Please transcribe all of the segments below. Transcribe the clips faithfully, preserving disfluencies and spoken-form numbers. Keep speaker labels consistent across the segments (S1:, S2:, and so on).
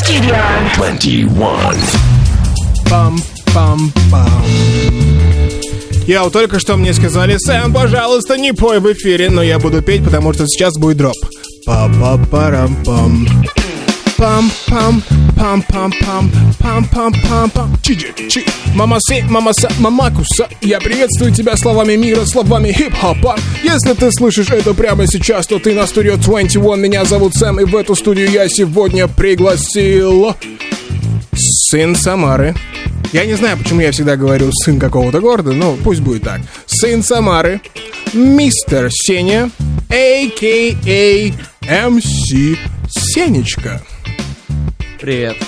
S1: studio.
S2: двадцать один.
S3: Пам-пам-пам. Йоу, только что мне сказали: Сэм, пожалуйста, не пой в эфире. Но я буду петь, потому что сейчас будет дроп. Па-па-парам-пам. Пам-пам, пам-пам-пам, пам-пам-пам-пам. Чи-чи-чи. Мама-си, мама-са, мамакуса. Я приветствую тебя словами мира, словами хип-хопа. Если ты слышишь это прямо сейчас, то ты на студию двадцать один. Меня зовут Сэм, и в эту студию я сегодня пригласил сын Самары. Я не знаю, почему я всегда говорю сын какого-то города, но пусть будет так. Сын Самары, мистер Сеня, а ка а. эм си Сенечка.
S4: Привет.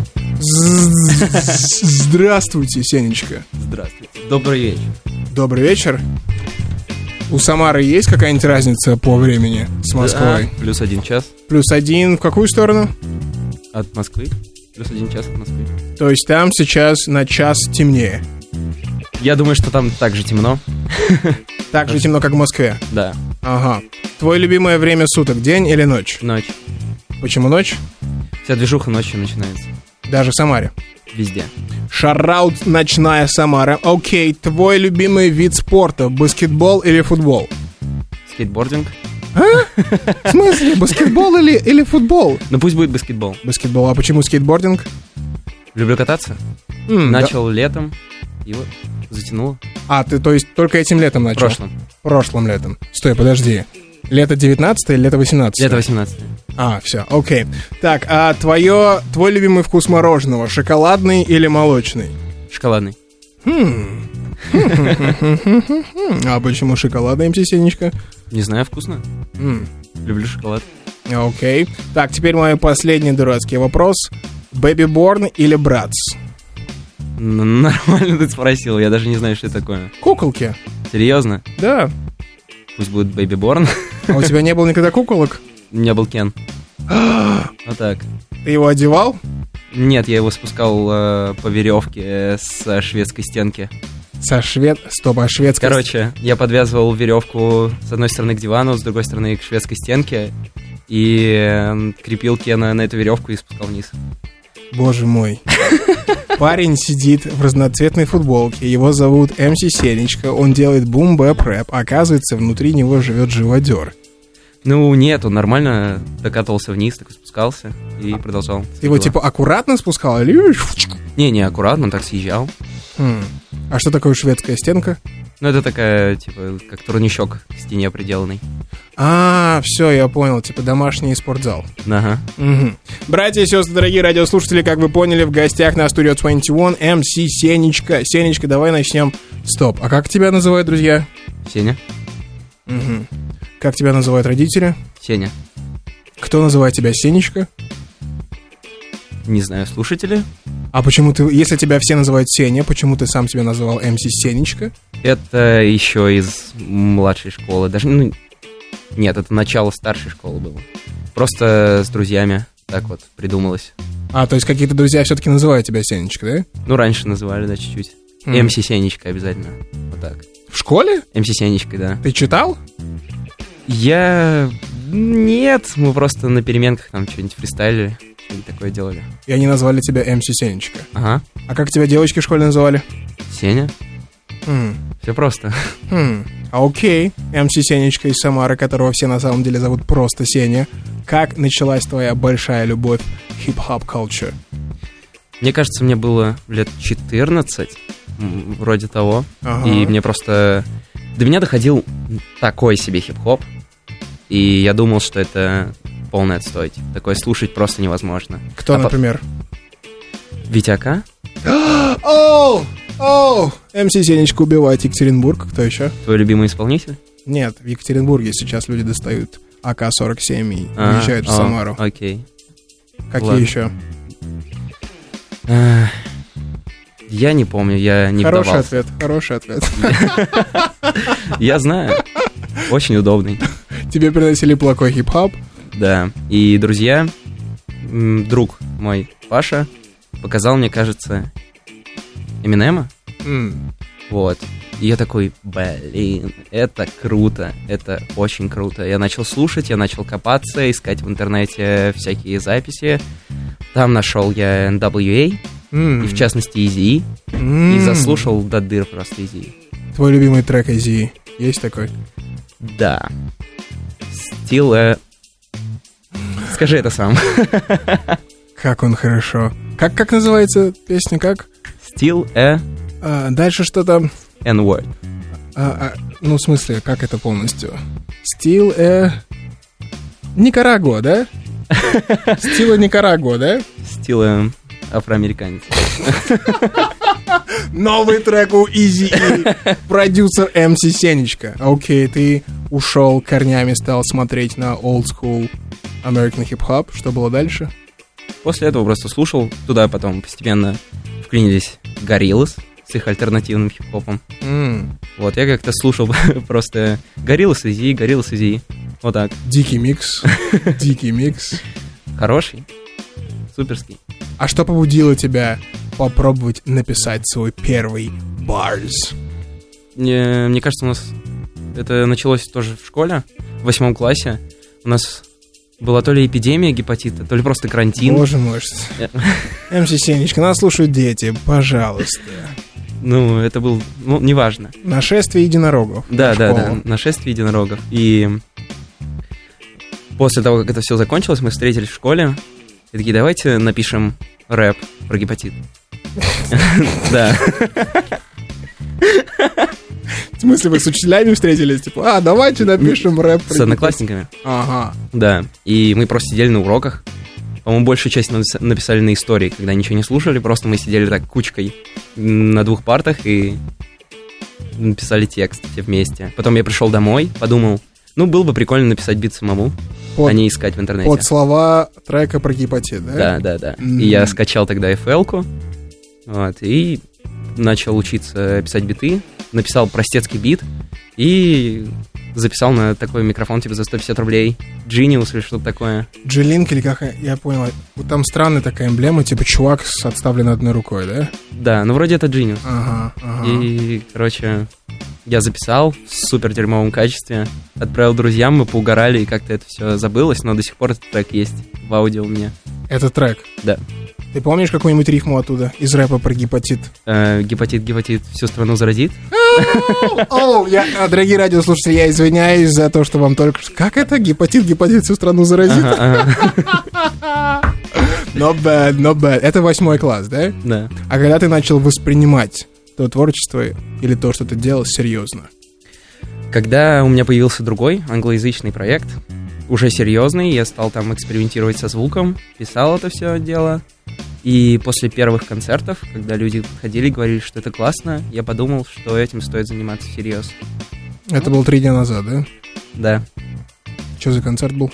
S3: Здравствуйте, Сенечка.
S4: Здравствуйте. Добрый вечер.
S3: Добрый вечер. У Самары есть какая-нибудь разница по времени с Москвой?
S4: Да, плюс один час.
S3: Плюс один в какую сторону?
S4: От Москвы. Плюс один час от Москвы.
S3: То есть там сейчас на час темнее.
S4: Я думаю, что там так же темно.
S3: Так же темно, как в Москве?
S4: Да.
S3: Ага. Твое любимое время суток, день или ночь?
S4: Ночь.
S3: Почему ночь?
S4: Вся движуха ночью начинается.
S3: Даже в Самаре?
S4: Везде.
S3: Шараут, ночная Самара. Окей, твой любимый вид спорта, баскетбол или футбол?
S4: Скейтбординг.
S3: А? В смысле, баскетбол или, или футбол?
S4: Ну пусть будет баскетбол.
S3: Баскетбол, а почему скейтбординг?
S4: Люблю кататься.
S3: М,
S4: Начал
S3: да.
S4: летом, и вот затянуло.
S3: А, ты, то есть, только этим летом начал?
S4: Прошлым.
S3: Прошлым летом. Стой, подожди. Лето девятнадцатое или лето восемнадцатое?
S4: Лето восемнадцатое.
S3: А, все, окей. Так, а твое, твой любимый вкус мороженого, шоколадный или молочный?
S4: Шоколадный.
S3: Хм. А почему шоколадный, эм си Сенечка?
S4: Не знаю, вкусно.
S3: М,
S4: Люблю шоколад.
S3: Окей. Так, теперь мой последний дурацкий вопрос. Baby Born или Bratz?
S4: Н- Нормально ты спросил, я даже не знаю, что это такое.
S3: Куколки.
S4: Серьезно?
S3: Да.
S4: Пусть будет Baby Born.
S3: А у тебя не было никогда куколок?
S4: У меня был Кен. Вот так.
S3: Ты его одевал?
S4: Нет, я его спускал э, по веревке с шведской стенки.
S3: Со швед... Стоп, а шведская...
S4: Короче, я подвязывал веревку с одной стороны к дивану, с другой стороны к шведской стенке. И э, крепил Кена на эту веревку и спускал вниз.
S3: Боже мой. Парень сидит в разноцветной футболке. Его зовут эм си Сенечка. Он делает бум-бэп-рэп. Оказывается, внутри него живет живодер.
S4: Ну, нет, он нормально докатывался вниз, так и спускался и продолжал.
S3: Ты его типа аккуратно спускал или...
S4: Не, не аккуратно, он так съезжал.
S3: Хм. А что такое шведская стенка?
S4: Ну, это такая, типа, как турничок к стене приделанный.
S3: А, все, я понял. Типа домашний спортзал.
S4: Ага.
S3: Угу. Братья и сестры, дорогие радиослушатели, как вы поняли, в гостях на студию двадцать один эм си Сенечка. Сенечка, давай начнем. Стоп, а как тебя называют друзья?
S4: Сеня.
S3: Угу. Как тебя называют родители?
S4: Сеня.
S3: Кто называет тебя Сенечка?
S4: Не знаю, слушатели?
S3: А почему ты, если тебя все называют Сеня, почему ты сам себя называл эм си Сенечка?
S4: Это еще из младшей школы. Даже, ну, нет, это начало старшей школы было. Просто с друзьями так вот придумалось.
S3: А, то есть какие-то друзья все-таки называют тебя Сенечка, да?
S4: Ну, раньше называли, да, чуть-чуть.
S3: М.
S4: эм си Сенечка обязательно. Вот так.
S3: В школе?
S4: эм си Сенечка, да.
S3: Ты читал?
S4: Я... Нет, мы просто на переменках там что-нибудь фристайлили, что-нибудь такое делали.
S3: И они назвали тебя эм си Сенечка.
S4: Ага.
S3: А как тебя девочки в школе называли?
S4: Сеня.
S3: Хм.
S4: Все просто.
S3: Хм. А окей. эм си Сенечка из Самары, которого все на самом деле зовут просто Сеня. Как началась твоя большая любовь к хип-хоп culture?
S4: Мне кажется, мне было лет четырнадцать, м, вроде того.
S3: Ага.
S4: И мне просто... До меня доходил такой себе хип-хоп. И я думал, что это полный отстой. Типа, такое слушать просто невозможно.
S3: Кто,
S4: А по-
S3: например?
S4: Витяка?
S3: Оу! Оу! эм си Сенечка убивает Екатеринбург. Кто еще?
S4: Твой любимый исполнитель?
S3: Нет, в Екатеринбурге сейчас люди достают а ка сорок семь и
S4: А,
S3: уезжают в
S4: о,
S3: Самару.
S4: Окей.
S3: Какие
S4: ладно.
S3: еще?
S4: Ах, Я не помню, я не
S3: Хороший
S4: вдавался.
S3: ответ, хороший ответ.
S4: Я знаю. Очень удобный.
S3: Тебе приносили плохой хип-хоп?
S4: Да. И друзья, м, друг мой, Паша, показал, мне кажется, Эминема.
S3: М.
S4: Вот. И я такой, блин, это круто, это очень круто. Я начал слушать, я начал копаться, искать в интернете всякие записи. Там нашел я эн дабл ю эй,
S3: М.
S4: и в частности Eazy-E,
S3: М.
S4: и заслушал до дыр просто Eazy-E.
S3: Твой любимый трек Eazy-E есть такой?
S4: Да. Still a... Скажи это сам.
S3: Как он хорошо. Как, как называется песня, как?
S4: Still a
S3: А, дальше что-то...
S4: N-word.
S3: А, а, ну, в смысле, как это полностью? Still a... Никарагуа, да? Still a Никарагуа, да?
S4: Still a афроамериканец.
S3: Новый трек у Eazy-E. Продюсер эм си Сенечка. Окей, ты ушел корнями, стал смотреть на old school American hip-hop. Что было дальше?
S4: После этого просто слушал. Туда потом постепенно вклинились Gorillaz с их альтернативным хип-хопом.
S3: М.
S4: Вот, я как-то слушал просто Gorillaz, Eazy-E, Gorillaz, Eazy-E. Вот так.
S3: Дикий микс. Дикий микс.
S4: Хороший. Суперский.
S3: А что побудило тебя попробовать написать свой первый барс?
S4: Мне, мне кажется, у нас это началось тоже в школе, в восьмом классе. У нас была то ли эпидемия гепатита, то ли просто карантин.
S3: Боже мой. эм си Сенечка, нас слушают дети, пожалуйста.
S4: Ну, это был, ну, неважно.
S3: Нашествие единорогов.
S4: Да,
S3: в
S4: да,
S3: школу.
S4: да, нашествие единорогов. И после того, как это все закончилось, мы встретились в школе и такие, давайте напишем рэп про гепатит. Да.
S3: В смысле, вы с учителями встретились? Типа, а, давайте напишем рэп.
S4: С одноклассниками.
S3: Ага.
S4: Да. И мы просто сидели на уроках. По-моему, большую часть напис- написали на истории, когда ничего не слушали. Просто мы сидели так кучкой на двух партах и написали текст все вместе. Потом я пришел домой, подумал, ну, было бы прикольно написать бит самому,
S3: Под,
S4: а не искать в интернете.
S3: под слова трека про гепатит, да?
S4: Да, да, да.
S3: М.
S4: И я скачал тогда эф эл-ку, вот, и начал учиться писать биты, написал простецкий бит и записал на такой микрофон типа за сто пятьдесят рублей. Genius или что-то такое.
S3: G-Link или как, я понял. Вот там странная такая эмблема, типа чувак с отставленной одной рукой, да?
S4: Да, ну вроде это Genius.
S3: Ага, ага.
S4: И, короче, я записал в супер дерьмовом качестве, отправил друзьям, мы поугорали, и как-то это все забылось, но до сих пор этот трек есть в аудио у меня.
S3: Это трек.
S4: Да.
S3: Ты помнишь какую-нибудь рифму оттуда из рэпа про гепатит?
S4: Э, гепатит, гепатит, всю страну заразит.
S3: О, я, а, дорогие радиослушатели, я извиняюсь за то, что вам только что... Как это? Гепатит, гепатит всю страну заразит?
S4: Ага, ага.
S3: Not bad, not bad. Это восьмой класс, да?
S4: Да.
S3: А когда ты начал воспринимать то творчество или то, что ты делал, серьезно?
S4: Когда у меня появился другой англоязычный проект, уже серьезный, я стал там экспериментировать со звуком, писал это все дело. И после первых концертов, когда люди ходили и говорили, что это классно, я подумал, что этим стоит заниматься всерьез.
S3: Это было три дня назад, да?
S4: Да.
S3: Что за концерт был?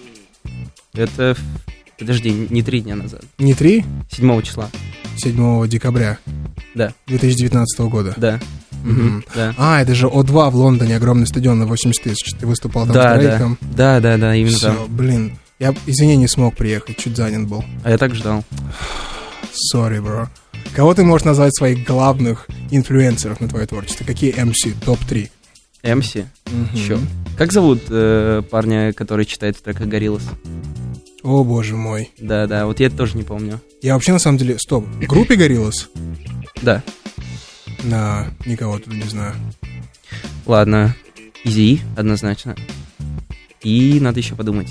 S4: Это, подожди, не три дня назад.
S3: Не три?
S4: седьмого числа.
S3: седьмого декабря
S4: Да,
S3: две тысячи девятнадцатого года.
S4: да.
S3: Мгм.
S4: Мгм, да.
S3: А, это же О два в Лондоне, огромный стадион на восемьдесят тысяч. Ты выступал там
S4: Да,
S3: с Дрейком.
S4: да, да, да, именно
S3: Все,
S4: там.
S3: блин. Я, извини, не смог приехать, чуть занят был.
S4: А я так ждал.
S3: Sorry, bro. Кого ты можешь назвать своих главных инфлюенсеров на твое творчество? Какие эм си? топ три?
S4: эм си?
S3: Мгм.
S4: Чё? Как зовут э, парня, который читает в треках Gorillaz?
S3: О, боже мой.
S4: Да, да, вот я это тоже не помню.
S3: Я вообще, на самом деле... Стоп, в группе Gorillaz?
S4: Да.
S3: На, никого тут не знаю.
S4: Ладно. Eazy, однозначно. И надо еще подумать.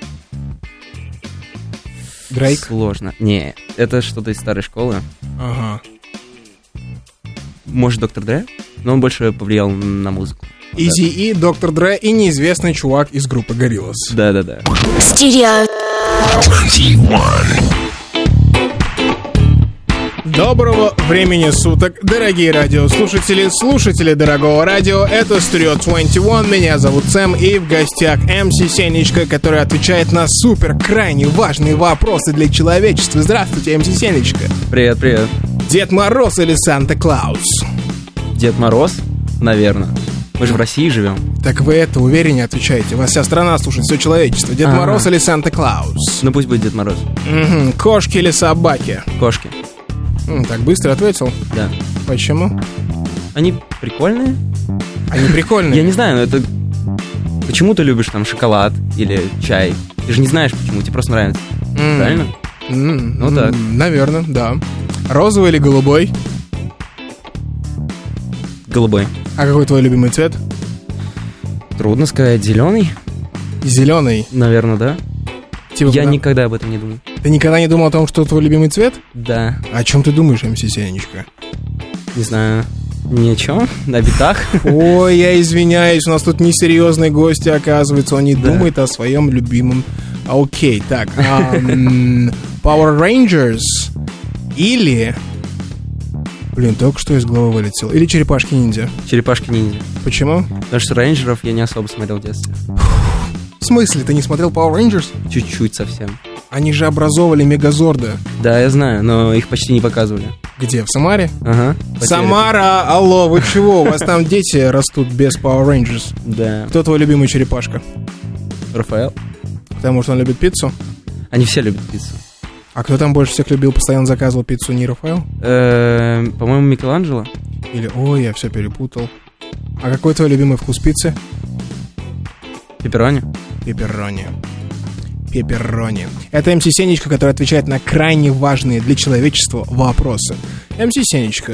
S3: Дрейк?
S4: Сложно. Не, это что-то из старой школы.
S3: Ага.
S4: Может, доктор Дре? Но он больше повлиял на музыку.
S3: Eazy-E, доктор Dre и неизвестный чувак из группы Gorillaz.
S4: Да-да-да.
S1: Studio.
S3: Доброго времени суток, дорогие радиослушатели, слушатели дорогого радио. Это Studio двадцать один, меня зовут Сэм, и в гостях эм си Сенечка, который отвечает на супер крайне важные вопросы для человечества. Здравствуйте, эм си Сенечка.
S4: Привет, привет.
S3: Дед Мороз или Санта-Клаус?
S4: Дед Мороз? Наверное. Мы же в России живем.
S3: Так вы это увереннее отвечаете. Вас вся страна слушает, все человечество. Дед
S4: Ага.
S3: Мороз или Санта-Клаус?
S4: Ну пусть будет Дед Мороз.
S3: Мгм. Кошки или собаки?
S4: Кошки.
S3: М, так быстро ответил.
S4: Да.
S3: Почему?
S4: Они прикольные?
S3: Они прикольные.
S4: Я не знаю, но это... Почему ты любишь там шоколад или чай? Ты же не знаешь, почему, тебе просто нравится.
S3: М.
S4: Правильно?
S3: М,
S4: Ну так.
S3: м, Наверное, да. Розовый или голубой?
S4: Голубой.
S3: А какой твой любимый цвет?
S4: Трудно сказать. Зеленый?
S3: Зеленый.
S4: Наверное, да.
S3: Типа,
S4: Я
S3: когда-
S4: никогда об этом не думал.
S3: Ты никогда не думал о том, что твой любимый цвет?
S4: Да.
S3: О чем ты думаешь, эм си Сенечка?
S4: Не знаю. Ни о чем. На битах.
S3: Ой, я извиняюсь, у нас тут несерьезный гость, оказывается, он не
S4: Да.
S3: думает о своем любимом. Окей, так. ам, Power Rangers или... Блин, только что из головы вылетел. Или Черепашки-ниндзя.
S4: Черепашки-ниндзя.
S3: Почему?
S4: Потому что рейнджеров я не особо смотрел в детстве.
S3: В смысле, ты не смотрел Power Rangers?
S4: Чуть-чуть совсем.
S3: Они же образовывали Мегазорда.
S4: Да, я знаю, но их почти не показывали.
S3: Где, в Самаре?
S4: Ага. по
S3: Самара, алло, вы чего? У вас там дети растут без Power Rangers.
S4: телеку. Да.
S3: Кто твой любимый черепашка?
S4: Рафаэл.
S3: Потому что он любит пиццу?
S4: Они все любят пиццу.
S3: А кто там больше всех любил, постоянно заказывал пиццу, не Рафаэл?
S4: Эм, По-моему, Микеланджело.
S3: Или, ой, я все перепутал. А какой твой любимый вкус пиццы?
S4: Пепперони.
S3: Пепперони. Пепперони. Это эм си Сенечка, который отвечает на крайне важные для человечества вопросы. эм си Сенечка.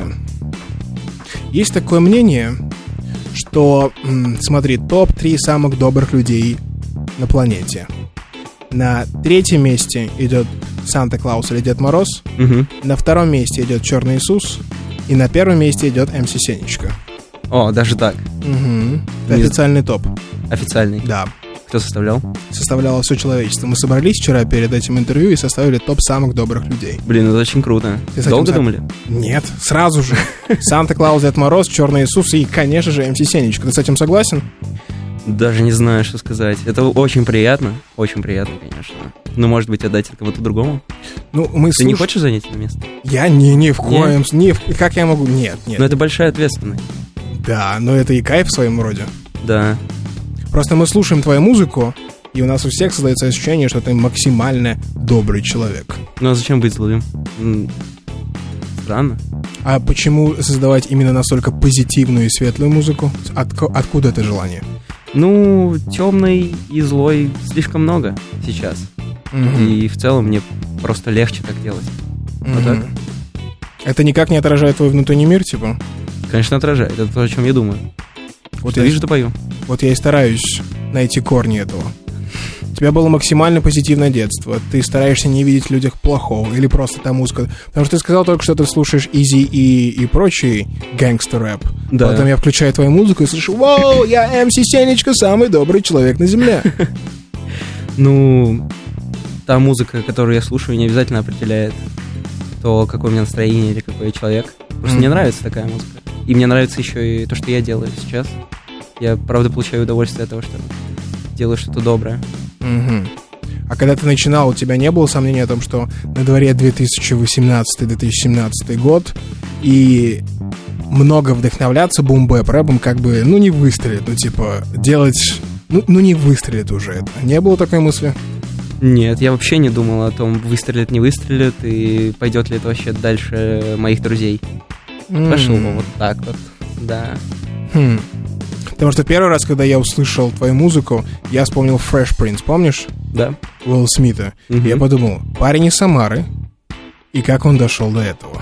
S3: Есть такое мнение, что, м, смотри, топ три самых добрых людей на планете. На третьем месте идет Санта-Клаус или Дед Мороз.
S4: Мгм.
S3: На втором месте идет Черный Иисус. И на первом месте идет эм си Сенечка.
S4: О, даже так.
S3: Угу. Это
S4: Не-
S3: официальный топ.
S4: Официальный.
S3: Да.
S4: Кто составлял?
S3: Составляло все человечество. Мы собрались вчера перед этим интервью и составили топ самых добрых людей.
S4: Блин, это очень круто.
S3: Ты с этим
S4: Долго
S3: сог-
S4: думали?
S3: Нет, сразу же. Санта-Клаус, Дед Мороз, Черный Иисус и, конечно же, эм си Сенечка. Ты с этим согласен?
S4: Даже не знаю, что сказать. Это очень приятно. Очень приятно, конечно. Но, может быть, отдать это кому-то другому?
S3: Ну, мы
S4: Ты не
S3: слуш-
S4: хочешь занять это место?
S3: Я не, ни в коем... с- Ни в... Как я могу... Нет, нет.
S4: Но это большая ответственность.
S3: Да, но это и кайф в своем роде.
S4: Да.
S3: Просто мы слушаем твою музыку, и у нас у всех создается ощущение, что ты максимально добрый человек.
S4: Ну а зачем быть злым? М, Странно.
S3: А почему создавать именно настолько позитивную и светлую музыку? Отко- Откуда это желание?
S4: Ну, темный и злой слишком много сейчас.
S3: Мгм.
S4: И в целом мне просто легче так делать. Вот так.
S3: Мгм. Это никак не отражает твой внутренний мир, типа?
S4: Конечно, отражает. Это то, о чем я думаю.
S3: Вот
S4: Что
S3: я,
S4: вижу, то пою.
S3: вот я и стараюсь найти корни этого. У тебя было максимально позитивное детство. Ты стараешься не видеть в людях плохого или просто та музыка. Потому что ты сказал только, что ты слушаешь Изи и, и прочий гэнгстер-рэп.
S4: Да.
S3: Потом я включаю твою музыку и слышу: «Вау, я эм си Сенечка, самый добрый человек на земле».
S4: Ну, та музыка, которую я слушаю, не обязательно определяет то, какое у меня настроение или какой я человек. Просто
S3: Мгм.
S4: мне нравится такая музыка. И мне нравится еще и то, что я делаю сейчас. Я, правда, получаю удовольствие от того, что делаю что-то доброе.
S3: Мгм. А когда ты начинал, у тебя не было сомнений о том, что на дворе две тысячи восемнадцатый - две тысячи семнадцатый год, и много вдохновляться бум-бэп рэпом как бы, ну, не выстрелит, ну, типа, делать, ну, ну, не выстрелит уже это. Не было такой мысли?
S4: Нет, я вообще не думал о том, выстрелит, не выстрелит, и пойдет ли это вообще дальше моих друзей. Пошло
S3: М.
S4: вот так вот, да.
S3: Хм. Потому что первый раз, когда я услышал твою музыку, я вспомнил Fresh Prince, помнишь?
S4: Да.
S3: Уилла Смита.
S4: Мгм.
S3: Я подумал, парень из Самары, и как он дошел до этого?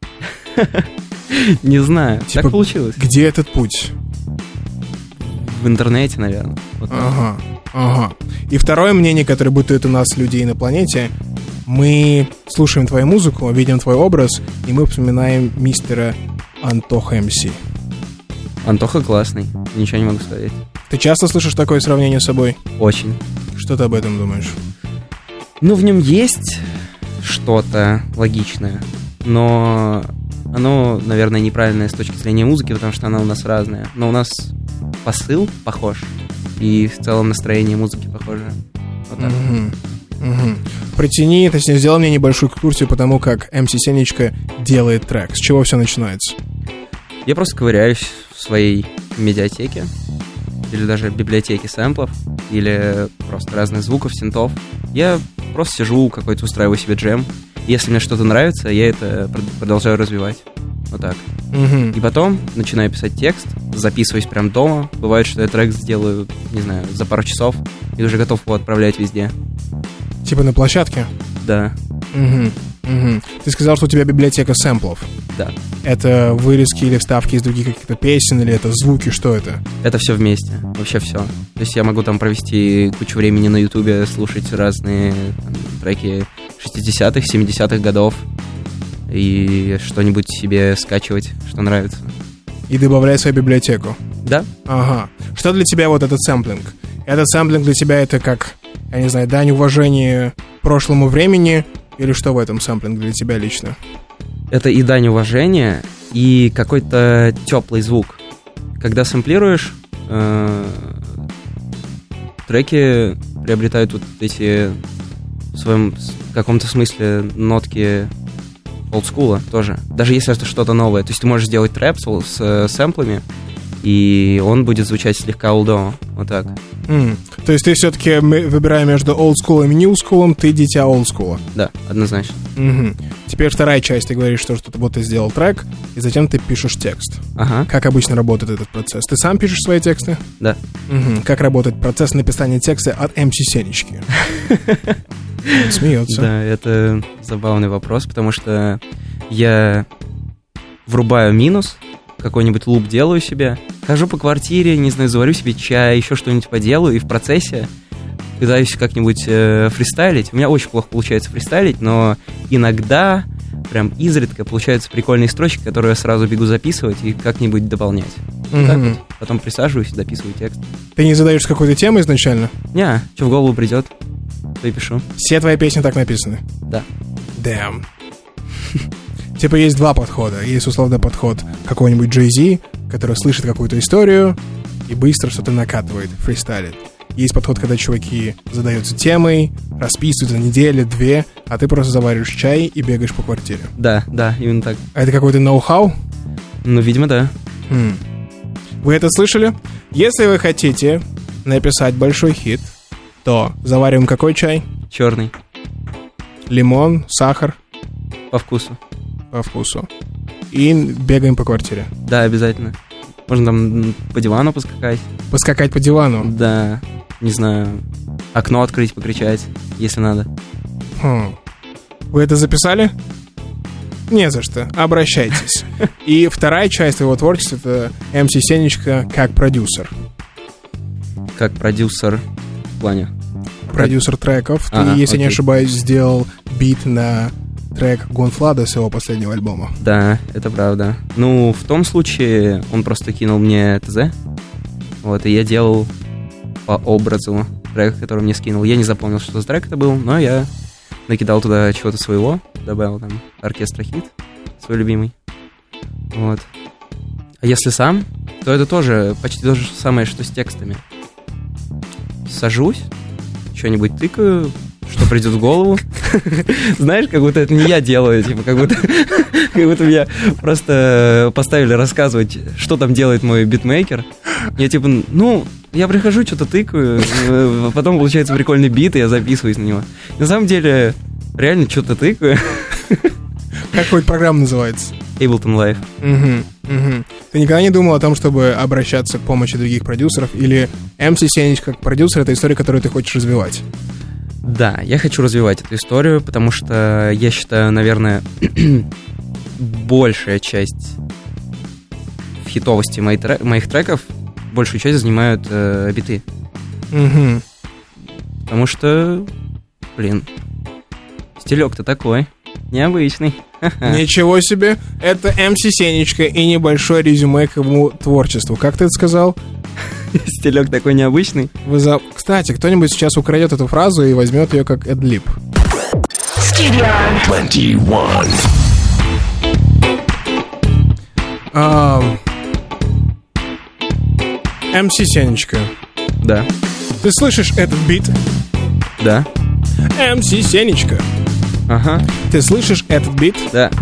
S4: Не знаю,
S3: Типа,
S4: так получилось.
S3: Где этот путь?
S4: В интернете, наверное. Вот так.
S3: Ага, ага. И второе мнение, которое бытует у нас людей на планете: мы слушаем твою музыку, видим твой образ, и мы вспоминаем мистера Антоха эм си.
S4: Антоха классный, ничего не могу сказать.
S3: Ты часто слышишь такое сравнение с собой?
S4: Очень.
S3: Что ты об этом думаешь?
S4: Ну, в нем есть что-то логичное, но оно, наверное, неправильное с точки зрения музыки, потому что она у нас разная. Но у нас посыл похож, и в целом настроение музыки похоже. Вот так.
S3: Мгм, мгм. Протяни, точнее, сделай мне небольшую экскурсию по тому, как эм си Сенечка делает трек. С чего все начинается?
S4: Я просто ковыряюсь в своей медиатеке, или даже библиотеке сэмплов, или просто разных звуков, синтов. Я просто сижу, какой-то устраиваю себе джем. Если мне что-то нравится, я это пр- продолжаю развивать. Вот так.
S3: Мгм.
S4: И потом начинаю писать текст, записываюсь прям дома. Бывает, что я трек сделаю, не знаю, за пару часов и уже готов его отправлять везде.
S3: Типа на площадке?
S4: Да.
S3: Угу. Угу. Ты сказал, что у тебя библиотека сэмплов.
S4: Да.
S3: Это вырезки или вставки из других каких-то песен, или это звуки, что это?
S4: Это все вместе, вообще все. То есть я могу там провести кучу времени на Ютубе, слушать разные там, треки шестидесятых, семидесятых годов и что-нибудь себе скачивать, что нравится.
S3: И добавлять в свою библиотеку?
S4: Да.
S3: Ага. Что для тебя вот этот сэмплинг? Этот сэмплинг для тебя это как, я не знаю, дань уважения прошлому времени, или что в этом сэмплинг для тебя лично?
S4: Это и дань уважения, и какой-то теплый звук. Когда сэмплируешь, э, треки приобретают вот эти в своем в каком-то смысле нотки олдскула тоже. Даже если это что-то новое. То есть ты можешь сделать трэп с, с сэмплами, и он будет звучать слегка олдово. Вот так.
S3: Mm. То есть ты все-таки, выбирая между олдскулом и ньюскулом, ты дитя олдскула.
S4: Да, однозначно.
S3: Mm-hmm. Теперь вторая часть. Ты говоришь, что, что вот ты сделал трек, и затем ты пишешь текст.
S4: Ага.
S3: Как обычно работает этот процесс? Ты сам пишешь свои тексты?
S4: Да.
S3: Mm-hmm. Как работает процесс написания текста от эм си Сенечки? Он смеется.
S4: Да, это забавный вопрос, потому что я врубаю минус, какой-нибудь луп делаю себе, хожу по квартире, не знаю, заварю себе чай, еще что-нибудь поделаю, и в процессе пытаюсь как-нибудь э, фристайлить. У меня очень плохо получается фристайлить, но иногда, прям изредка, получаются прикольные строчки, которые я сразу бегу записывать и как-нибудь дополнять. Mm-hmm. Так вот. Потом присаживаюсь, дописываю текст.
S3: Ты не задаешь какой-то темы изначально?
S4: Не, что в голову придет, то и пишу.
S3: Все твои песни так написаны?
S4: Да.
S3: Damn. Типа есть два подхода. Есть условный подход какой-нибудь Jay-Z, который слышит какую-то историю и быстро что-то накатывает, фристайлит. Есть подход, когда чуваки задаются темой, расписывают за неделю, две, а ты просто завариваешь чай и бегаешь по квартире.
S4: Да, да, именно так.
S3: А это какой-то ноу-хау?
S4: Ну, видимо, да.
S3: Хм. Вы это слышали? Если вы хотите написать большой хит, то завариваем какой чай?
S4: Черный.
S3: Лимон, сахар?
S4: По вкусу.
S3: По вкусу. И бегаем по квартире.
S4: Да, обязательно. Можно там по дивану поскакать.
S3: Поскакать по дивану?
S4: Да. Не знаю. Окно открыть, покричать, если надо.
S3: Хм. Вы это записали? Не за что. Обращайтесь. И вторая часть твоего творчества — это эм си Сенечка как продюсер.
S4: Как продюсер в плане?
S3: Продюсер треков. Ты,
S4: А,
S3: если
S4: окей.
S3: не ошибаюсь, сделал бит на трек Гонфлада с его последнего альбома.
S4: Да, это правда. Ну, в том случае он просто кинул мне ТЗ. Вот, и я делал по образу трека, который мне скинул. Я не запомнил, что за трек это был, но я накидал туда чего-то своего, добавил там оркестра хит, свой любимый. Вот. А если сам, то это тоже почти то же самое, что с текстами. Сажусь, что-нибудь тыкаю, что придет в голову. Знаешь, как будто это не я делаю, типа, как будто, как будто меня просто поставили рассказывать, что там делает мой битмейкер. Я типа, ну, я прихожу, что-то тыкаю, потом получается прикольный бит, и я записываюсь на него. На самом деле, реально что-то тыкаю.
S3: Как хоть программа называется?
S4: Ableton Live.
S3: Угу, угу. Ты никогда не думал о том, чтобы обращаться к помощи других продюсеров? Или эм си Сенечка как продюсер — это история, которую ты хочешь развивать?
S4: Да, я хочу развивать эту историю, потому что я считаю, наверное, большая часть в хитовости моих, трек, моих треков, большую часть занимают э, биты.
S3: Угу.
S4: Потому что, блин, стилек-то такой, необычный.
S3: Ничего себе! Это эм си Сенечка и небольшое резюме к его творчеству. Как ты это сказал?
S4: Стилек такой необычный.
S3: Вы за... Кстати, кто-нибудь сейчас украдет эту фразу и возьмет ее как эдлиб.
S1: двадцать один.
S3: А... эм си Сенечка,
S4: Да,
S3: ты слышишь этот бит?
S4: да,
S3: эм си Сенечка,
S4: ага,
S3: ты слышишь этот бит?
S4: да.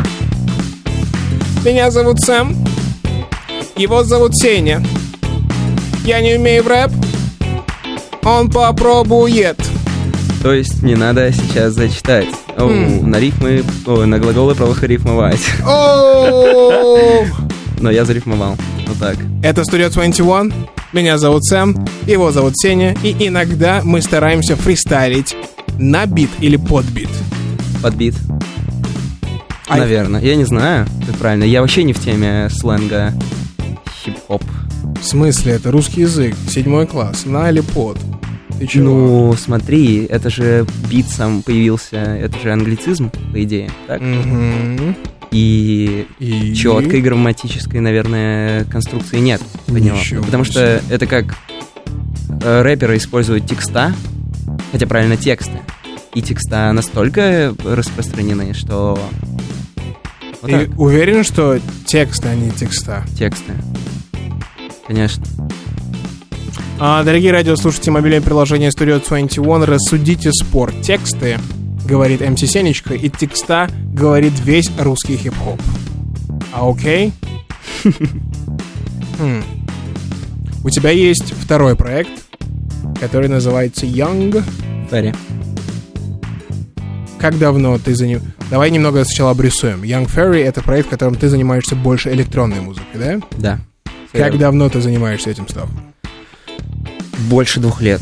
S3: Меня зовут Сэм, его зовут Сеня. Я не умею в рэп, он попробует.
S4: То есть не надо сейчас зачитать. Оу,
S3: М.
S4: на рифмы, о, на глаголы плохо рифмовать.
S3: Оу!
S4: Но я зарифмовал. Вот так.
S3: Это Studio двадцать один. Меня зовут Сэм, его зовут Сеня, и иногда мы стараемся фристайлить на бит или под бит.
S4: Под бит.
S3: А-
S4: Наверное. Я не знаю, как правильно. Я вообще не в теме сленга хип-хоп.
S3: В смысле, это русский язык, седьмой класс, на или под? Ты чего?
S4: Ну, смотри, это же бит сам появился, это же англицизм, по идее, так?
S3: Мгм.
S4: И,
S3: И...
S4: четкой грамматической, наверное, конструкции нет под него.
S3: Ничего
S4: Потому что это как э, рэперы используют текста, хотя правильно тексты. И текста настолько распространены, что... Вот
S3: Ты
S4: так,
S3: уверен, что тексты, а не текста?
S4: тексты. Конечно.
S3: А, дорогие радиослушатели, мобильное приложение Studio двадцать один, рассудите спор. Тексты, говорит эм си Сенечка, и текста, говорит весь русский хип-хоп. А окей? Хм. У тебя есть второй проект, который называется Young.
S4: Ферри.
S3: Как давно ты за ним... Давай немного сначала обрисуем. Young Fairy — это проект, в котором ты занимаешься больше электронной музыкой, да?
S4: Да.
S3: Как давно ты занимаешься этим, Став?
S4: Больше двух лет.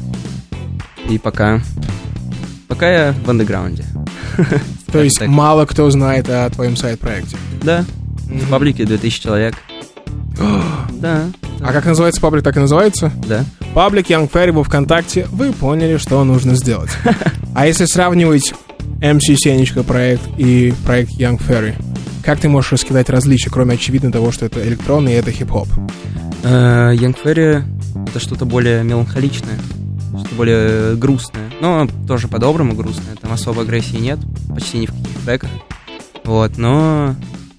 S4: И пока... Пока я в андеграунде.
S3: То есть
S4: так.
S3: мало кто знает о твоем сайт-проекте.
S4: Да. В паблике две тысячи человек. Да.
S3: А как называется паблик, так и называется?
S4: Да.
S3: Паблик Young Fairy во ВКонтакте. Вы поняли, что нужно сделать. А если сравнивать эм си Сенечка проект и проект Young Fairy, как ты можешь раскидать различия, кроме очевидно того, что это электронный и это хип-хоп?
S4: Э, Young Fairy — это что-то более меланхоличное, что-то более грустное. Но тоже по-доброму грустное. Там особо агрессии нет, почти ни в каких треках. Вот, но...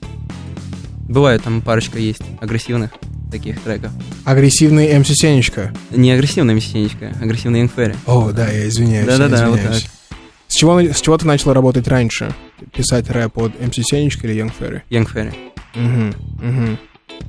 S4: Бывает, там парочка есть агрессивных таких треков.
S3: Агрессивный эм си Сенечка.
S4: Не агрессивная месячничка, агрессивный Young Fairy.
S3: О, да, я извиняюсь.
S4: Да-да-да,
S3: я
S4: вот
S3: извиняюсь.
S4: так.
S3: С чего, с чего ты начал работать раньше? Писать рэп под эм си Сенечка или Young Fairy?
S4: Young Fairy.
S3: Угу, угу.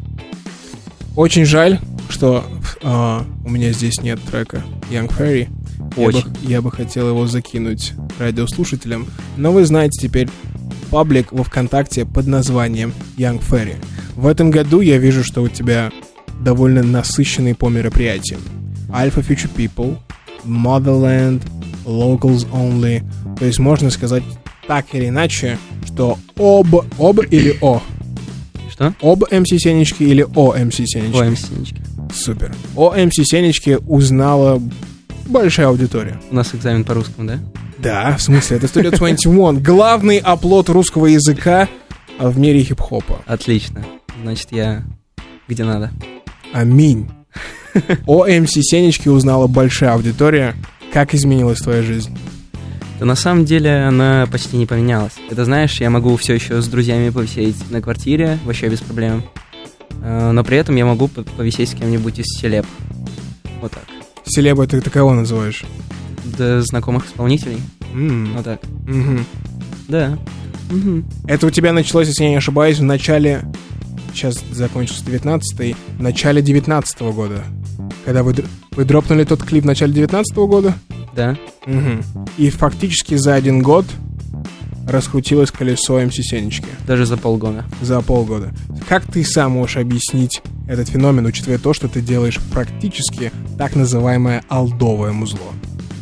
S3: Очень жаль, что а, у меня здесь нет трека Young Fairy.
S4: Очень.
S3: Я бы, я бы хотел его закинуть радиослушателям. Но вы знаете теперь паблик во ВКонтакте под названием Young Fairy. В этом году я вижу, что у тебя довольно насыщенный по мероприятиям. Alpha Future People, Motherland, Locals Only. То есть можно сказать так или иначе, что об, об или о.
S4: Что?
S3: Об эм си Сенечки или о эм си Сенечки?
S4: О, месячнички.
S3: Супер. О эм си Сенечки узнала большая аудитория.
S4: У нас экзамен по русскому, да?
S3: Да, в смысле, это Studio двадцать один. Главный оплот русского языка в мире хип-хопа.
S4: Отлично. Значит, я где надо.
S3: Аминь. О эм си Сенечки узнала большая аудитория. Как изменилась твоя жизнь?
S4: Да на самом деле она почти не поменялась. Это, знаешь, я могу все еще с друзьями повисеть на квартире, вообще без проблем. Э, Но при этом я могу по- повисеть с кем-нибудь из селеб. Вот так.
S3: Селеба ты, ты кого называешь?
S4: Да, знакомых исполнителей.
S3: М,
S4: Вот так.
S3: мгм.
S4: Да. Мгм.
S3: Это у тебя началось, если я не ошибаюсь, в начале... Сейчас закончился девятнадцатый, в начале девятнадцатого года. Когда вы, др- вы дропнули тот клип в начале девятнадцатого года?
S4: Да.
S3: Мгм. И фактически за один год раскрутилось колесо эм си Сенечки.
S4: Даже за полгода.
S3: За полгода. Как ты сам можешь объяснить этот феномен, учитывая то, что ты делаешь практически так называемое алдовое музло?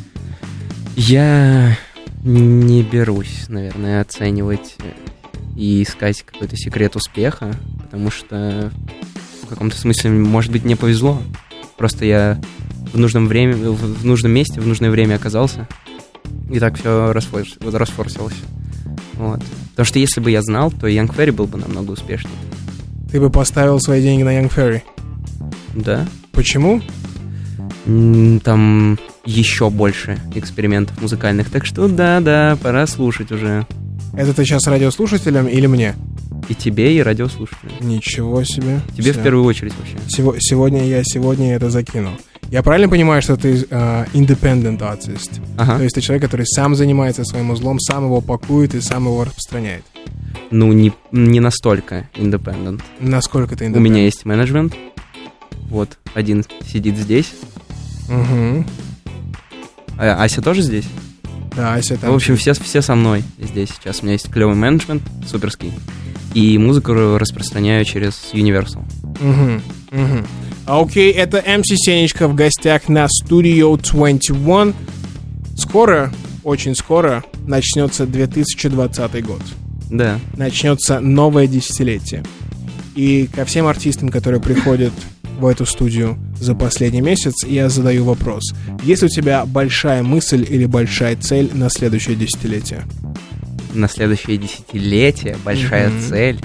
S4: Я не берусь, наверное, оценивать и искать какой-то секрет успеха, потому что в каком-то смысле, может быть, мне повезло. Просто я в нужном время, в в нужном месте, в нужное время оказался, и так все расфорсилось. Вот. Потому что если бы я знал, то Young Fairy был бы намного успешнее.
S3: Ты бы поставил свои деньги на Young Fairy.
S4: Да.
S3: Почему?
S4: М, Там еще больше экспериментов музыкальных, так что да-да, пора слушать уже.
S3: Это ты сейчас радиослушателям или мне?
S4: И тебе, и радиослушателям.
S3: Ничего себе.
S4: Тебе
S3: Всё.
S4: в первую очередь вообще.
S3: Сего- сегодня я сегодня это закинул. Я правильно понимаю, что ты э, independent artist?
S4: Ага.
S3: То есть ты человек, который сам занимается своим узлом, сам его пакует и сам его распространяет.
S4: Ну, не, не настолько independent.
S3: Насколько ты independent?
S4: У меня есть менеджмент. Вот, один сидит здесь.
S3: Угу.
S4: А Ася тоже здесь?
S3: Да, Ася там.
S4: В общем, все, все со мной здесь сейчас. У меня есть клевый менеджмент, суперский. И музыку распространяю через Universal.
S3: Угу. Угу. Окей, это эм си Сенечка в гостях на Studio двадцать один. Скоро, очень скоро начнется две тысячи двадцатый год.
S4: Да.
S3: Начнется новое десятилетие. И ко всем артистам, которые приходят в эту студию за последний месяц, я задаю вопрос. Есть ли у тебя большая мысль или большая цель на следующее десятилетие?
S4: На следующее десятилетие большая mm-hmm. цель?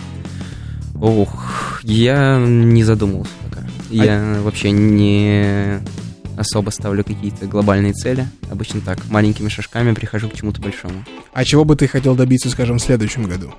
S4: Ух, я не задумывался пока. Я а... вообще не особо ставлю какие-то глобальные цели. Обычно так, маленькими шажками прихожу к чему-то большому.
S3: А чего бы ты хотел добиться, скажем, в следующем году?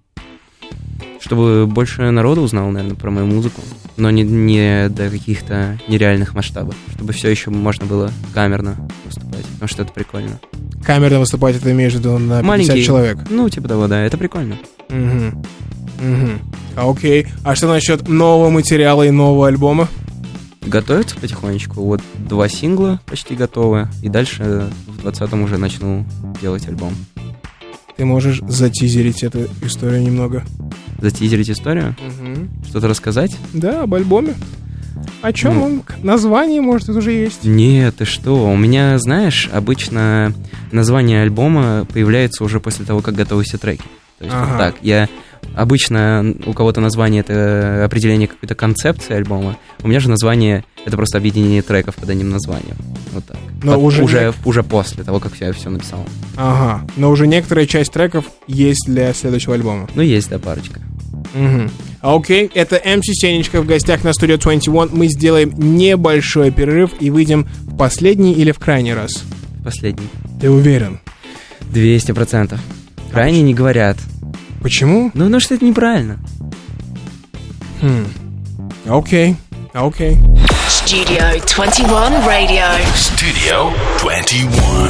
S4: Чтобы больше народу узнало, наверное, про мою музыку, но не, не до каких-то нереальных масштабов. Чтобы все еще можно было камерно выступать, потому что это прикольно.
S3: Камерно выступать, это имеешь в виду на пятьдесят
S4: Маленький,
S3: человек?
S4: Ну, типа того, да, это прикольно.
S3: Угу. Угу. А, окей. А что насчет нового материала и нового альбома?
S4: Готовится потихонечку. Вот два сингла почти готовы, и дальше в двадцатом уже начну делать альбом.
S3: Ты можешь затизерить эту историю немного?
S4: Затизерить историю?
S3: Угу.
S4: Что-то рассказать?
S3: Да, об альбоме. О чем ну, он? Название, может, это уже есть?
S4: Нет, ты что? У меня, знаешь, обычно название альбома появляется уже после того, как готовы все треки. То есть ага. вот так. Я обычно у кого-то название это определение какой-то концепции альбома. У меня же название это просто объединение треков под одним названием. Вот так.
S3: Но
S4: под,
S3: уже,
S4: уже,
S3: не...
S4: уже после того, как я все написал.
S3: Ага. Но уже некоторая часть треков есть для следующего альбома.
S4: Ну, есть, да, парочка.
S3: Угу. Окей, это эм си Сенечка в гостях на Studio двадцать один. Мы сделаем небольшой перерыв и выйдем в последний или в крайний раз?
S4: Последний.
S3: Ты уверен?
S4: двести процентов. Крайне не говорят.
S3: Почему?
S4: Ну, потому что это неправильно.
S3: Хм. Окей, окей.
S1: Studio двадцать один Radio.
S2: Studio двадцать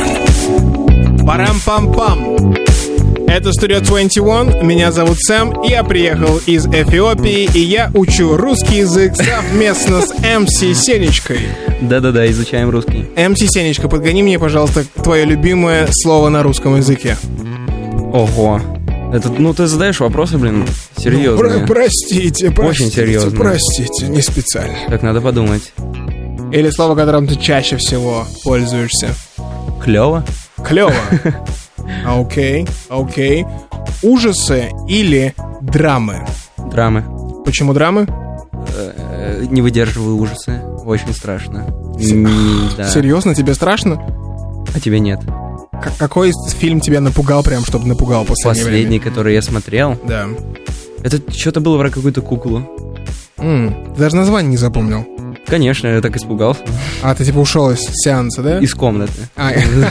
S2: один.
S3: Парам-пам-пам. Это Studio двадцать один, меня зовут Сэм, я приехал из Эфиопии, и я учу русский язык совместно с эм си Сенечкой.
S4: Да-да-да, изучаем русский.
S3: эм си Сенечка, подгони мне, пожалуйста, твое любимое слово на русском языке.
S4: Ого. Это, ну, ты задаешь вопросы, блин, серьезные.
S3: Ну, про- простите, простите.
S4: Очень серьезно.
S3: Простите, не специально.
S4: Так надо подумать.
S3: Или слово, которым ты чаще всего пользуешься.
S4: Клево.
S3: Клево. Окей, окей. Ужасы или драмы?
S4: Драмы.
S3: Почему драмы?
S4: Э-э- не выдерживаю ужасы. Очень страшно.
S3: С-
S4: М- да.
S3: Серьезно, тебе страшно?
S4: А тебе нет?
S3: К- какой фильм тебя напугал прям, чтобы напугал в последнее
S4: Последний,
S3: время?
S4: который я смотрел?
S3: Да.
S4: Это что-то было про какую-то куклу.
S3: М, ты даже название не запомнил.
S4: Конечно, я так испугался.
S3: А, ты типа ушел из сеанса, да?
S4: Из комнаты.
S3: А,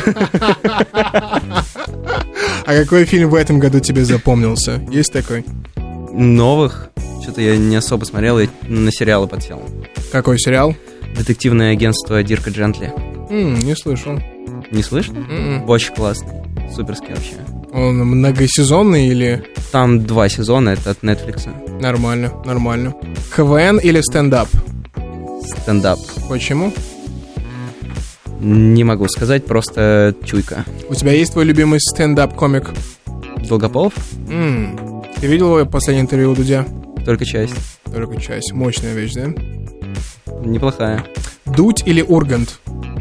S3: а какой фильм в этом году тебе запомнился? Есть такой?
S4: Новых? Что-то я не особо смотрел, я на сериалы подсел.
S3: Какой сериал?
S4: Детективное агентство Дирка Джентли.
S3: М, не слышал.
S4: Не слышно?
S3: М-м.
S4: Очень классный. Суперский вообще.
S3: Он многосезонный или...
S4: Там два сезона, это от Netflix.
S3: Нормально, нормально. КВН или стендап?
S4: Стендап.
S3: Почему?
S4: Не могу сказать, просто чуйка.
S3: У тебя есть твой любимый стендап-комик?
S4: Долгополов?
S3: М, ты видел его последнее интервью у Дудя?
S4: Только часть.
S3: Только часть. Мощная вещь, да?
S4: Неплохая.
S3: Дудь или Ургант?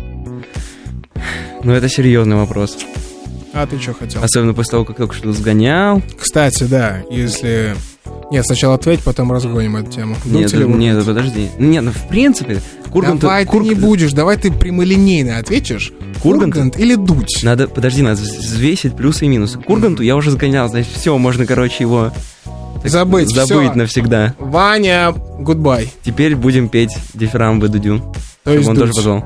S4: Ну, это серьезный вопрос.
S3: А ты что хотел?
S4: Особенно после того, как только что сгонял.
S3: Кстати, да, если... Нет, сначала ответь, потом разгоним эту тему.
S4: Нет,
S3: Дудь или
S4: да, нет,
S3: Ургант?
S4: подожди. Нет, ну в принципе, к Урганту...
S3: Давай
S4: Кур-
S3: ты не будешь, давай ты прямолинейно ответишь.
S4: Ургант?
S3: Ургант или Дудь?
S4: Надо, подожди, надо взвесить плюсы и минусы. К Урганту я уже сгонял, значит, все, можно, короче, его... так,
S3: Забыть,
S4: Забыть
S3: всё.
S4: навсегда.
S3: Ваня, гудбай.
S4: Теперь будем петь дифирамбы Дудю.
S3: То
S4: Чтобы
S3: есть
S4: он
S3: Дудь.
S4: тоже позвал.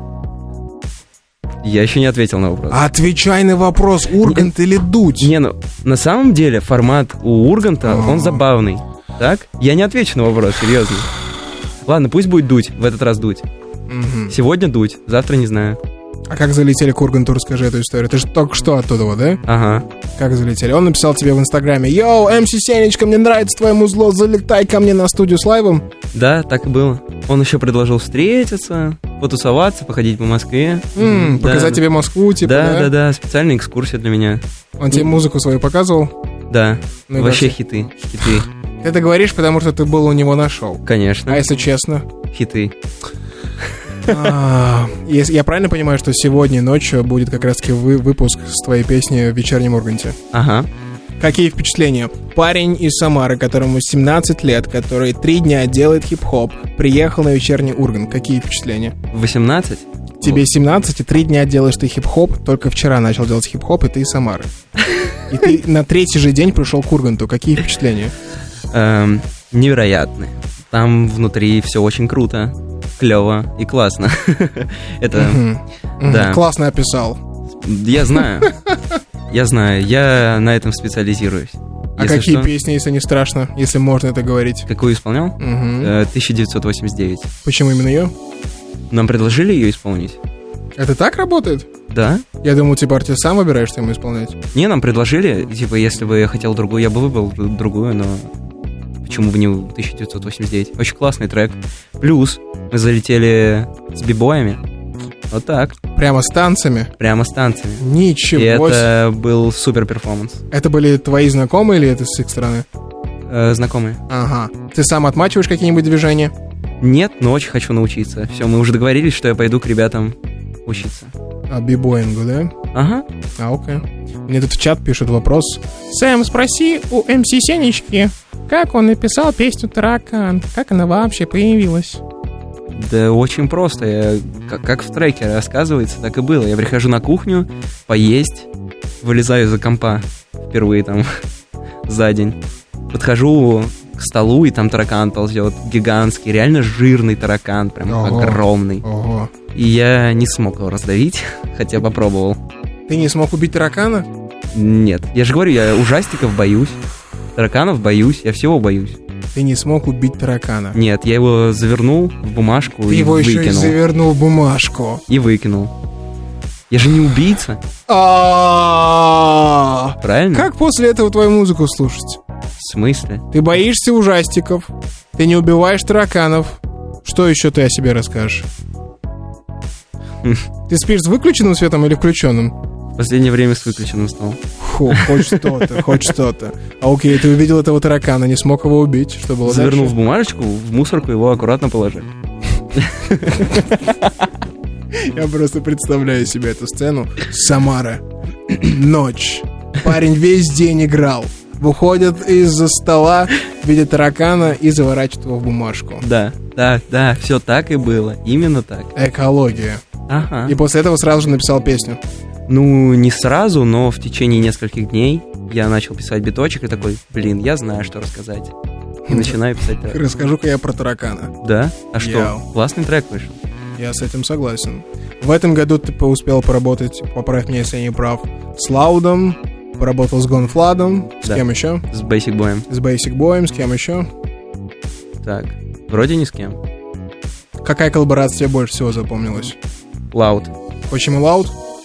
S4: Я еще не ответил на вопрос.
S3: Отвечай на вопрос, Ургант или Дудь?
S4: Не, ну, на самом деле формат у Урганта,
S3: А.
S4: он забавный. Так? Я не отвечу на вопрос, серьезно. Ладно, пусть будет дуть, в этот раз дуть.
S3: Мгм.
S4: Сегодня дуть, завтра не знаю.
S3: А как залетели к Урганту, расскажи эту историю. Ты же только что оттуда, вот, да?
S4: Ага.
S3: Как залетели? Он написал тебе в Инстаграме: «Йоу, эм си Сенечка, мне нравится твое музло, залетай ко мне на студию с лайвом».
S4: Да, так и было. Он еще предложил встретиться, потусоваться, походить по Москве.
S3: М,
S4: Да.
S3: показать тебе Москву, типа,
S4: Да,
S3: да?
S4: да, да, специальная экскурсия для меня.
S3: Он тебе музыку свою показывал?
S4: Да,
S3: Ну и
S4: вообще
S3: как
S4: хиты, хиты,
S3: Ты это говоришь, потому что ты был у него на шоу.
S4: конечно,
S3: А если честно?
S4: хиты.
S3: А, если- Я правильно понимаю, что сегодня ночью будет как раз-таки вы- выпуск с твоей песни в вечернем Урганте?
S4: Ага.
S3: Какие впечатления? Парень из Самары, которому семнадцать лет, который три дня делает хип-хоп, приехал на вечерний Ургант. Какие впечатления?
S4: восемнадцать?
S3: Тебе семнадцать, и три дня делаешь ты хип-хоп, только вчера начал делать хип-хоп, и ты из Самары. И ты на третий же день пришел к Урганту. Какие впечатления?
S4: Эм, невероятные. Там внутри все очень круто, клево и классно. Это,
S3: Мгм.
S4: да.
S3: Классно описал.
S4: Я знаю. Я знаю, я на этом специализируюсь.
S3: А
S4: Если
S3: какие
S4: что,
S3: песни, если не страшно, если можно это говорить?
S4: какую исполнял?
S3: Мгм.
S4: Э, тысяча девятьсот восемьдесят девять.
S3: Почему именно ее?
S4: Нам предложили ее исполнить?
S3: Это так работает?
S4: Да?
S3: Я думал, типа, артист сам выбираешь, что ему исполнять.
S4: Не, нам предложили, типа, если бы я хотел другую, я бы выбрал другую, но почему бы не тысяча девятьсот восемьдесят девять? Очень классный трек. Плюс мы залетели с бибоями. Вот так,
S3: Прямо с танцами?
S4: прямо с танцами.
S3: Ничего
S4: И
S3: себе.
S4: это был супер перформанс.
S3: Это были твои знакомые или это с их стороны?
S4: Э, знакомые?
S3: Ага. Ты сам отмачиваешь какие-нибудь движения?
S4: Нет, но очень хочу научиться. Все, мы уже договорились, что я пойду к ребятам учиться.
S3: А, бибоингу, да?
S4: Ага.
S3: А, окей. Мне тут в чат пишут вопрос. Сэм, спроси у эм си Сенечки, как он написал песню «Таракан», как она вообще появилась?
S4: Да очень просто. Я, как, как в треке рассказывается, так и было. Я прихожу на кухню, поесть, вылезаю из-за компа впервые там за день. Подхожу к столу, и там таракан ползет, гигантский, реально жирный таракан, прям
S3: Ого.
S4: огромный.
S3: Ого.
S4: И я не смог его раздавить, хотя попробовал.
S3: Ты не смог убить таракана?
S4: Нет, я же говорю, я ужастиков боюсь, тараканов боюсь, я всего боюсь.
S3: Ты не смог убить таракана.
S4: Нет, я его завернул в бумажку
S3: Ты
S4: и
S3: его еще и
S4: выкинул.
S3: завернул в бумажку.
S4: И выкинул. Я же не убийца,
S3: А
S4: правильно?
S3: Как после этого твою музыку слушать?
S4: В смысле?
S3: Ты боишься ужастиков, ты не убиваешь тараканов. Что еще ты о себе расскажешь? Ты спишь с выключенным светом или включенным?
S4: В последнее время с выключенным стал.
S3: Фу, хоть что-то, хоть что-то. А окей, ты увидел этого таракана, не смог его убить, что было
S4: Завернул в
S3: дальше?
S4: бумажечку, в мусорку его аккуратно положил.
S3: Я просто представляю себе эту сцену. Самара. Ночь. Парень весь день играл. Выходит из-за стола, видит таракана и заворачивает его в бумажку.
S4: Да, да, да, все так и было. Именно так.
S3: Экология.
S4: Ага.
S3: И после этого сразу же написал песню.
S4: Ну, не сразу, но в течение нескольких дней я начал писать биточек и такой, блин, я знаю, что рассказать. И начинаю писать трек.
S3: Расскажу-ка я про таракана.
S4: Да? А что?
S3: Яу.
S4: Классный трек вышел.
S3: Я с этим согласен. В этом году ты успел поработать, поправь меня, если я не прав, с Лаудом, поработал с Гонфладом, с
S4: Да.
S3: кем еще?
S4: С Basic Boy'ем.
S3: С Basic Boy'ем, с кем еще?
S4: Так, вроде ни с кем.
S3: Какая коллаборация тебе больше всего запомнилась?
S4: Loud.
S3: Почему Лауд?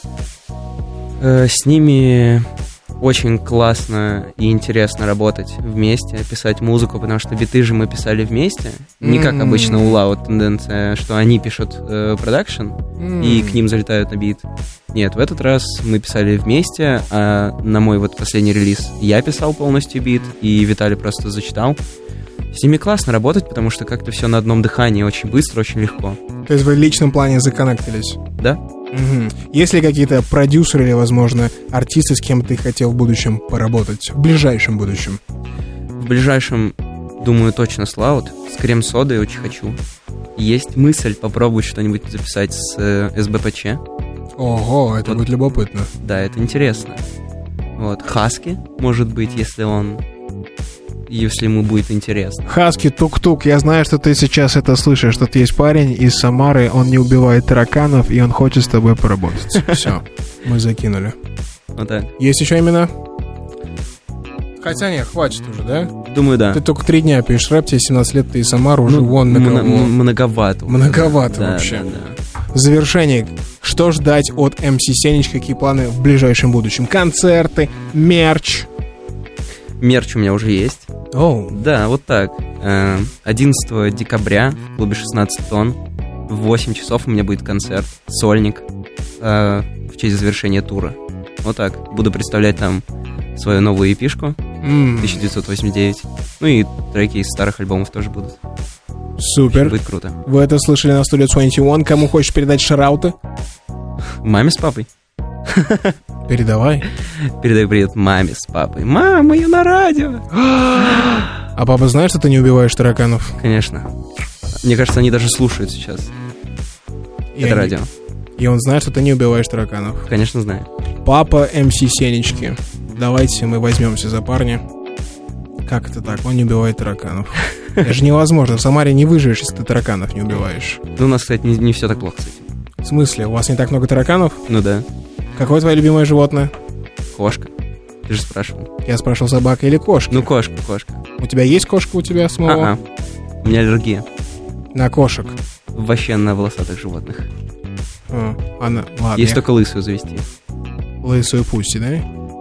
S4: Э, с ними очень классно и интересно работать вместе, писать музыку, потому что биты же мы писали вместе. Не как
S3: М.
S4: обычно у Loud тенденция, что они пишут э, продакшн, и к ним залетают на бит. Нет, в этот раз мы писали вместе, а на мой вот последний релиз я писал полностью бит, и Виталий просто зачитал. С ними классно работать, потому что как-то все на одном дыхании, очень быстро, очень легко.
S3: То есть вы в личном плане законнектились?
S4: Да?
S3: Мгм. Есть ли какие-то продюсеры или, возможно, артисты, с кем ты хотел в будущем поработать? В ближайшем будущем?
S4: В ближайшем, думаю, точно с Loud. С Крем-содой очень хочу. Есть мысль попробовать что-нибудь записать с э, эс бэ пэ че.
S3: Ого, это
S4: Вот.
S3: будет любопытно.
S4: Да, это интересно. Вот, Хаски, может быть, если он... Если ему будет интересно.
S3: Хаски, тук-тук, я знаю, что ты сейчас это слышишь. Тут есть парень из Самары, он не убивает тараканов, и он хочет с тобой поработать. Все, мы закинули.
S4: Вот так.
S3: Есть еще имена? Хотя нет, хватит уже, да?
S4: Думаю, да.
S3: Ты только три дня пишешь рэп, тебе семнадцать лет, ты из Самары, уже
S4: Ну,
S3: вон на
S4: мно-
S3: кого.
S4: м- Многовато. уже.
S3: Многовато
S4: Да,
S3: вообще.
S4: да, да.
S3: В завершение, что ждать от эм си Сенечка, какие планы в ближайшем будущем? Концерты, мерч.
S4: Мерч у меня уже есть.
S3: Оу,
S4: Да, вот так. Э, одиннадцатого декабря в клубе шестнадцать тонн в восемь часов у меня будет концерт, сольник, э, в честь завершения тура. Вот так. Буду представлять там свою новую эпишку
S3: м,
S4: тысяча девятьсот восемьдесят девять. Ну и треки из старых альбомов тоже будут.
S3: Супер.
S4: Будет круто.
S3: Вы это слышали на Studio двадцать один. Кому хочешь передать шарауты?
S4: Маме с папой.
S3: Передавай.
S4: Передаю привет маме с папой. Мама, я на радио.
S3: А папа знает, что ты не убиваешь тараканов?
S4: Конечно. Мне кажется, они даже слушают сейчас.
S3: И
S4: это
S3: они...
S4: радио.
S3: И он знает, что ты не убиваешь тараканов.
S4: Конечно, знаю.
S3: Папа эм си Сенечки. Давайте мы возьмемся за парня. Как это так? Он не убивает тараканов. Это же невозможно. В Самаре не выживешь, если ты тараканов не убиваешь.
S4: Ну, у нас, кстати, не, не все так плохо с этим.
S3: В смысле? У вас не так много тараканов?
S4: Ну да.
S3: Какое твое любимое животное?
S4: Кошка. Ты же спрашивал.
S3: Я спрашивал, собака или кошка?
S4: Ну, кошка, кошка.
S3: У тебя есть кошка у тебя самого?
S4: А-а. У меня аллергия.
S3: На кошек?
S4: Вообще на волосатых животных.
S3: А, она... Ладно.
S4: Есть
S3: я...
S4: только лысую завести.
S3: Лысую пусти, да?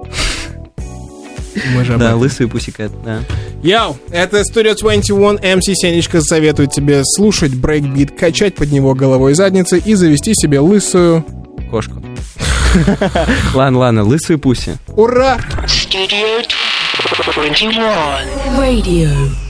S3: Мы же об
S4: Да,
S3: этом.
S4: лысую пусикает, да.
S3: Йоу, это Studio двадцать один, эм си Сенечка советует тебе слушать брейкбит, качать под него головой и задницей и завести себе лысую...
S4: Кошку. Ладно, ладно, лысую пуси.
S3: Ура!
S1: Studio двадцать один Radio.